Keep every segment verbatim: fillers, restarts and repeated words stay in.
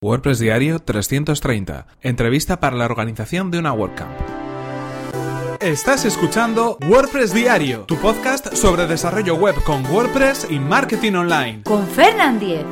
WordPress Diario trescientos treinta. Entrevista para la organización de una WordCamp. Estás escuchando WordPress Diario, tu podcast sobre desarrollo web con WordPress y marketing online. Con Fernand Diez.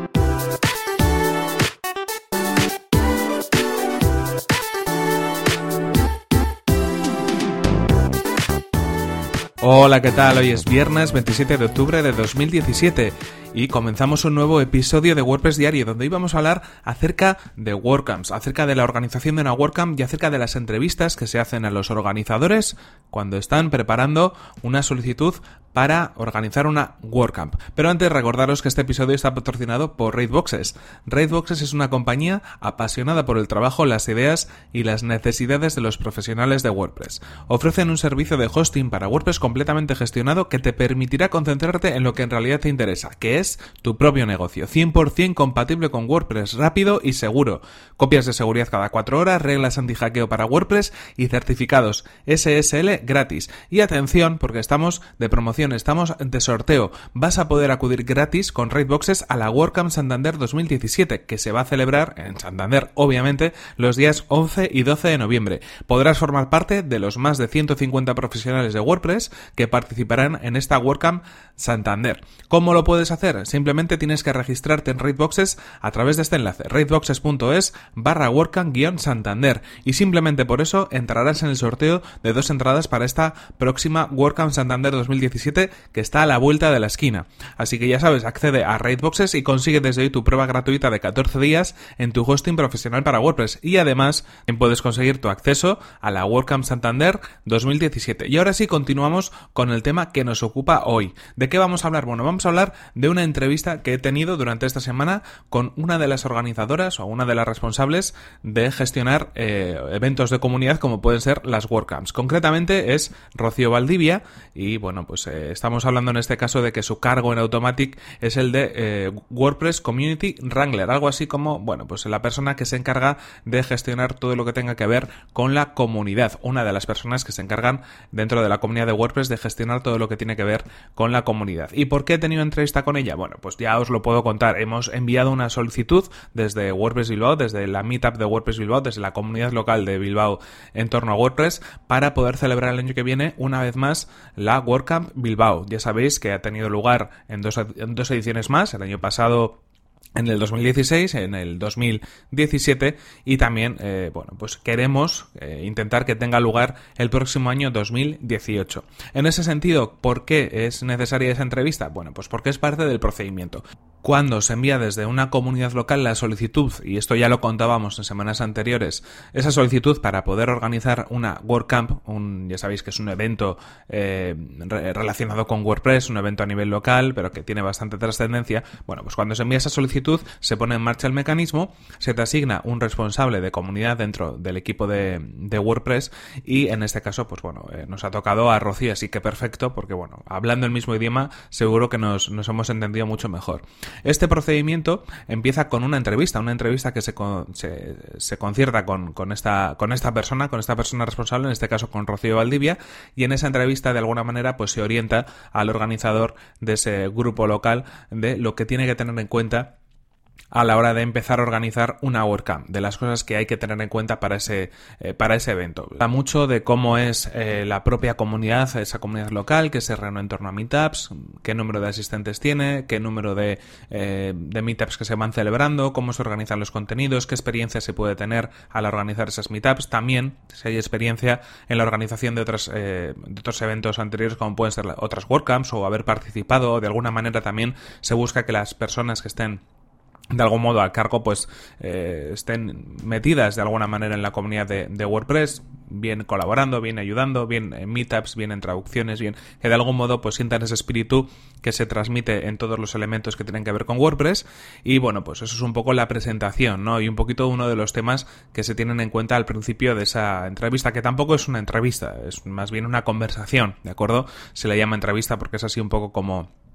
Hola, ¿qué tal? Hoy es viernes veintisiete de octubre de dos mil diecisiete y comenzamos un nuevo episodio de WordPress Diario donde hoy vamos a hablar acerca de WordCamps, acerca de la organización de una WordCamp y acerca de las entrevistas que se hacen a los organizadores cuando están preparando una solicitud para organizar una WordCamp. Pero antes recordaros que este episodio está patrocinado por Raidboxes. Raidboxes es una compañía apasionada por el trabajo, las ideas y las necesidades de los profesionales de WordPress. Ofrecen un servicio de hosting para WordPress completamente gestionado que te permitirá concentrarte en lo que en realidad te interesa, que es tu propio negocio, cien por ciento compatible con WordPress, rápido y seguro. Copias de seguridad cada cuatro horas, reglas anti-hackeo para WordPress y certificados S S L gratis. Y atención, porque estamos de promoción, estamos de sorteo. Vas a poder acudir gratis con Raidboxes a la WordCamp Santander dos mil diecisiete, que se va a celebrar en Santander, obviamente, los días once y doce de noviembre. Podrás formar parte de los más de ciento cincuenta profesionales de WordPress que participarán en esta WordCamp Santander. ¿Cómo lo puedes hacer? Simplemente tienes que registrarte en Raidboxes a través de este enlace, raidboxes.es barra WordCamp-Santander, y simplemente por eso entrarás en el sorteo de dos entradas para esta próxima WordCamp Santander dos mil diecisiete que está a la vuelta de la esquina. Así que ya sabes, accede a Raidboxes y consigue desde hoy tu prueba gratuita de catorce días en tu hosting profesional para WordPress, y además puedes conseguir tu acceso a la WordCamp Santander dos mil diecisiete. Y ahora sí, continuamos con el tema que nos ocupa hoy. ¿De qué vamos a hablar? Bueno, vamos a hablar de una entrevista que he tenido durante esta semana con una de las organizadoras o una de las responsables de gestionar eh, eventos de comunidad como pueden ser las WordCamps. Concretamente es Rocío Valdivia y bueno, pues eh, estamos hablando en este caso de que su cargo en Automattic es el de eh, WordPress Community Wrangler, algo así como, bueno, pues la persona que se encarga de gestionar todo lo que tenga que ver con la comunidad, una de las personas que se encargan dentro de la comunidad de WordPress de gestionar todo lo que tiene que ver con la comunidad. ¿Y por qué he tenido entrevista con ella? Bueno, pues ya os lo puedo contar. Hemos enviado una solicitud desde WordPress Bilbao, desde la Meetup de WordPress Bilbao, desde la comunidad local de Bilbao en torno a WordPress, para poder celebrar el año que viene una vez más la WordCamp Bilbao. Ya sabéis que ha tenido lugar en dos, en dos ediciones más, el año pasado en el dos mil dieciséis, en el dos mil diecisiete, y también, eh, bueno, pues queremos eh, intentar que tenga lugar el próximo año dos mil dieciocho. En ese sentido, ¿por qué es necesaria esa entrevista? Bueno, pues porque es parte del procedimiento. Cuando se envía desde una comunidad local la solicitud, y esto ya lo contábamos en semanas anteriores, esa solicitud para poder organizar una WordCamp, un, ya sabéis que es un evento eh, re- relacionado con WordPress, un evento a nivel local, pero que tiene bastante trascendencia. Bueno, pues cuando se envía esa solicitud, se pone en marcha el mecanismo, se te asigna un responsable de comunidad dentro del equipo de, de WordPress, y en este caso, pues bueno, eh, nos ha tocado a Rocío, así que perfecto, porque bueno, hablando el mismo idioma, seguro que nos, nos hemos entendido mucho mejor. Este procedimiento empieza con una entrevista, una entrevista que se, con, se, se concierta con, con, esta, con esta persona, con esta persona responsable, en este caso con Rocío Valdivia, y en esa entrevista de alguna manera pues se orienta al organizador de ese grupo local de lo que tiene que tener en cuenta a la hora de empezar a organizar una WordCamp, de las cosas que hay que tener en cuenta para ese eh, para ese evento. Habla mucho de cómo es eh, la propia comunidad, esa comunidad local que se reúne en torno a meetups, qué número de asistentes tiene, qué número de, eh, de meetups que se van celebrando, cómo se organizan los contenidos, qué experiencia se puede tener al organizar esas meetups, también si hay experiencia en la organización de otros, eh, de otros eventos anteriores como pueden ser otras WordCamps o haber participado, o de alguna manera también se busca que las personas que estén de algún modo al cargo pues eh, estén metidas de alguna manera en la comunidad de, de WordPress, bien colaborando, bien ayudando, bien en meetups, bien en traducciones, bien que de algún modo pues sientan ese espíritu que se transmite en todos los elementos que tienen que ver con WordPress. Y bueno, pues eso es un poco la presentación, ¿no? Y un poquito uno de los temas que se tienen en cuenta al principio de esa entrevista, que tampoco es una entrevista, es más bien una conversación, ¿de acuerdo? Se le llama entrevista porque es así un poco como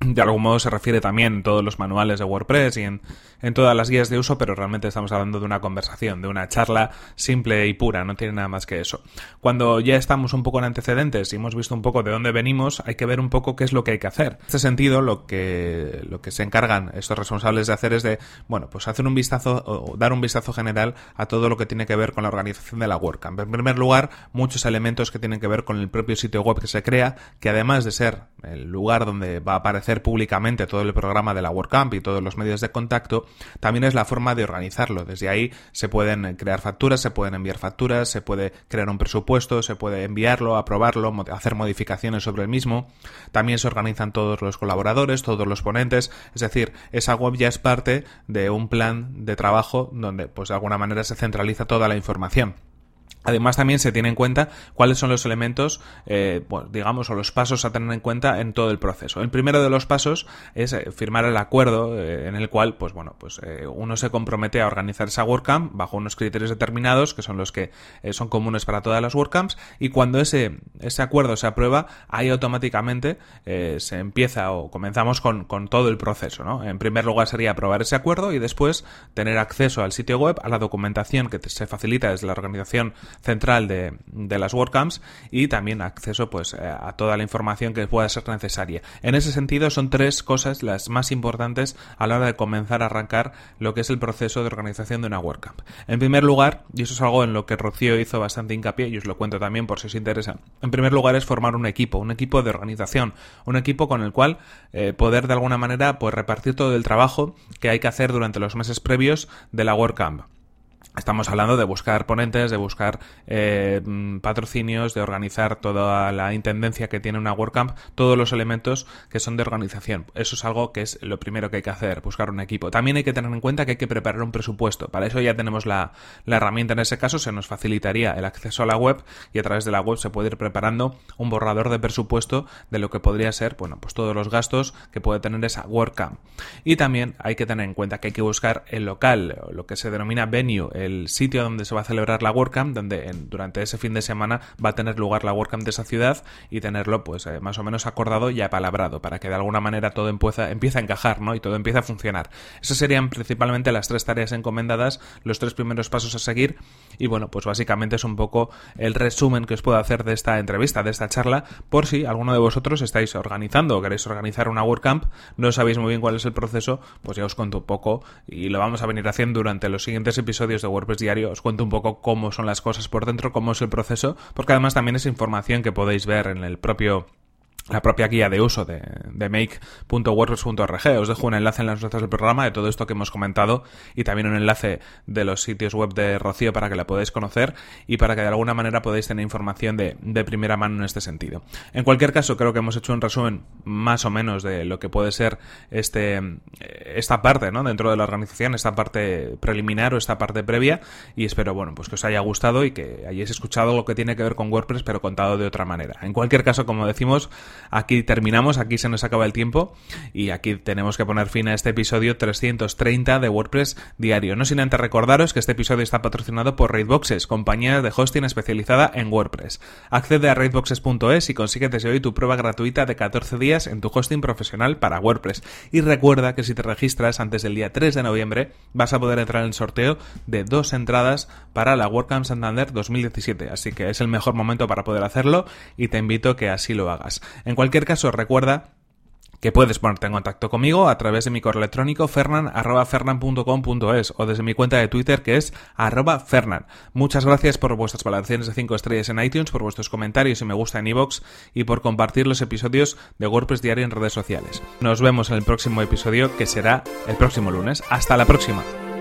De algún modo se refiere también en todos los manuales de WordPress y en, en todas las guías de uso, pero realmente estamos hablando de una conversación, de una charla simple y pura, no tiene nada más que eso. Cuando ya estamos un poco en antecedentes y hemos visto un poco de dónde venimos, hay que ver un poco qué es lo que hay que hacer. En este sentido, lo que, lo que se encargan estos responsables de hacer es de, bueno, pues hacer un vistazo o dar un vistazo general a todo lo que tiene que ver con la organización de la WordCamp. En primer lugar, muchos elementos que tienen que ver con el propio sitio web que se crea, que además de ser el lugar donde va a aparecer públicamente todo el programa de la WordCamp y todos los medios de contacto, también es la forma de organizarlo. Desde ahí se pueden crear facturas, se pueden enviar facturas, se puede crear un presupuesto, se puede enviarlo, aprobarlo, hacer modificaciones sobre el mismo. También se organizan todos los colaboradores, todos los ponentes, es decir, esa web ya es parte de un plan de trabajo donde pues de alguna manera se centraliza toda la información. Además, también se tiene en cuenta cuáles son los elementos, eh, bueno, digamos, o los pasos a tener en cuenta en todo el proceso. El primero de los pasos es eh, firmar el acuerdo eh, en el cual, pues bueno, pues eh, uno se compromete a organizar esa WordCamp bajo unos criterios determinados que son los que eh, son comunes para todas las WordCamps, y cuando ese ese acuerdo se aprueba, ahí automáticamente eh, se empieza o comenzamos con, con todo el proceso, ¿no? En primer lugar sería aprobar ese acuerdo y después tener acceso al sitio web, a la documentación que te, se facilita desde la organización central de, de las WordCamps, y también acceso pues a toda la información que pueda ser necesaria. En ese sentido son tres cosas las más importantes a la hora de comenzar a arrancar lo que es el proceso de organización de una WordCamp. En primer lugar, y eso es algo en lo que Rocío hizo bastante hincapié y os lo cuento también por si os interesa, en primer lugar es formar un equipo, un equipo de organización, un equipo con el cual eh, poder de alguna manera pues repartir todo el trabajo que hay que hacer durante los meses previos de la WordCamp. Estamos hablando de buscar ponentes, de buscar eh, patrocinios, de organizar toda la intendencia que tiene una WordCamp, todos los elementos que son de organización. Eso es algo que es lo primero que hay que hacer, buscar un equipo. También hay que tener en cuenta que hay que preparar un presupuesto. Para eso ya tenemos la, la herramienta. En ese caso se nos facilitaría el acceso a la web y a través de la web se puede ir preparando un borrador de presupuesto de lo que podría ser, bueno, pues todos los gastos que puede tener esa WordCamp. Y también hay que tener en cuenta que hay que buscar el local, lo que se denomina venue, el sitio donde se va a celebrar la WordCamp, donde en, durante ese fin de semana va a tener lugar la WordCamp de esa ciudad, y tenerlo pues eh, más o menos acordado y apalabrado para que de alguna manera todo empieza, empieza a encajar, ¿no? Y todo empieza a funcionar. Esas serían principalmente las tres tareas encomendadas, los tres primeros pasos a seguir, y bueno, pues básicamente es un poco el resumen que os puedo hacer de esta entrevista, de esta charla, por si alguno de vosotros estáis organizando o queréis organizar una WordCamp, no sabéis muy bien cuál es el proceso, pues ya os cuento un poco y lo vamos a venir haciendo durante los siguientes episodios de WordPress Diario. Os cuento un poco cómo son las cosas por dentro, cómo es el proceso, porque además también es información que podéis ver en el propio la propia guía de uso de, de make punto wordpress punto org. Os dejo un enlace en las notas del programa de todo esto que hemos comentado, y también un enlace de los sitios web de Rocío para que la podáis conocer y para que de alguna manera podáis tener información de, de primera mano en este sentido. En cualquier caso, creo que hemos hecho un resumen más o menos de lo que puede ser este esta parte, ¿no?, dentro de la organización, esta parte preliminar o esta parte previa, y espero, bueno, pues que os haya gustado y que hayáis escuchado lo que tiene que ver con WordPress, pero contado de otra manera. En cualquier caso, como decimos, aquí terminamos, aquí se nos acaba el tiempo y aquí tenemos que poner fin a este episodio trescientos treinta de WordPress Diario. No sin antes recordaros que este episodio está patrocinado por Raidboxes, compañía de hosting especializada en WordPress. Accede a raidboxes punto es y consigue desde hoy tu prueba gratuita de catorce días en tu hosting profesional para WordPress. Y recuerda que si te registras antes del día tres de noviembre vas a poder entrar en el sorteo de dos entradas para la WordCamp Santander dos mil diecisiete, así que es el mejor momento para poder hacerlo y te invito a que así lo hagas. En cualquier caso, recuerda que puedes ponerte en contacto conmigo a través de mi correo electrónico fernan arroba fernan punto com punto es o desde mi cuenta de Twitter, que es arroba fernan. Muchas gracias por vuestras valoraciones de cinco estrellas en iTunes, por vuestros comentarios y me gusta en iVoox y por compartir los episodios de WordPress Diario en redes sociales. Nos vemos en el próximo episodio, que será el próximo lunes. ¡Hasta la próxima!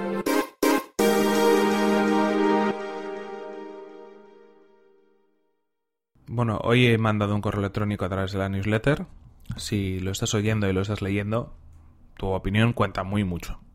Bueno, hoy he mandado un correo electrónico a través de la newsletter. Si lo estás oyendo y lo estás leyendo, tu opinión cuenta muy mucho.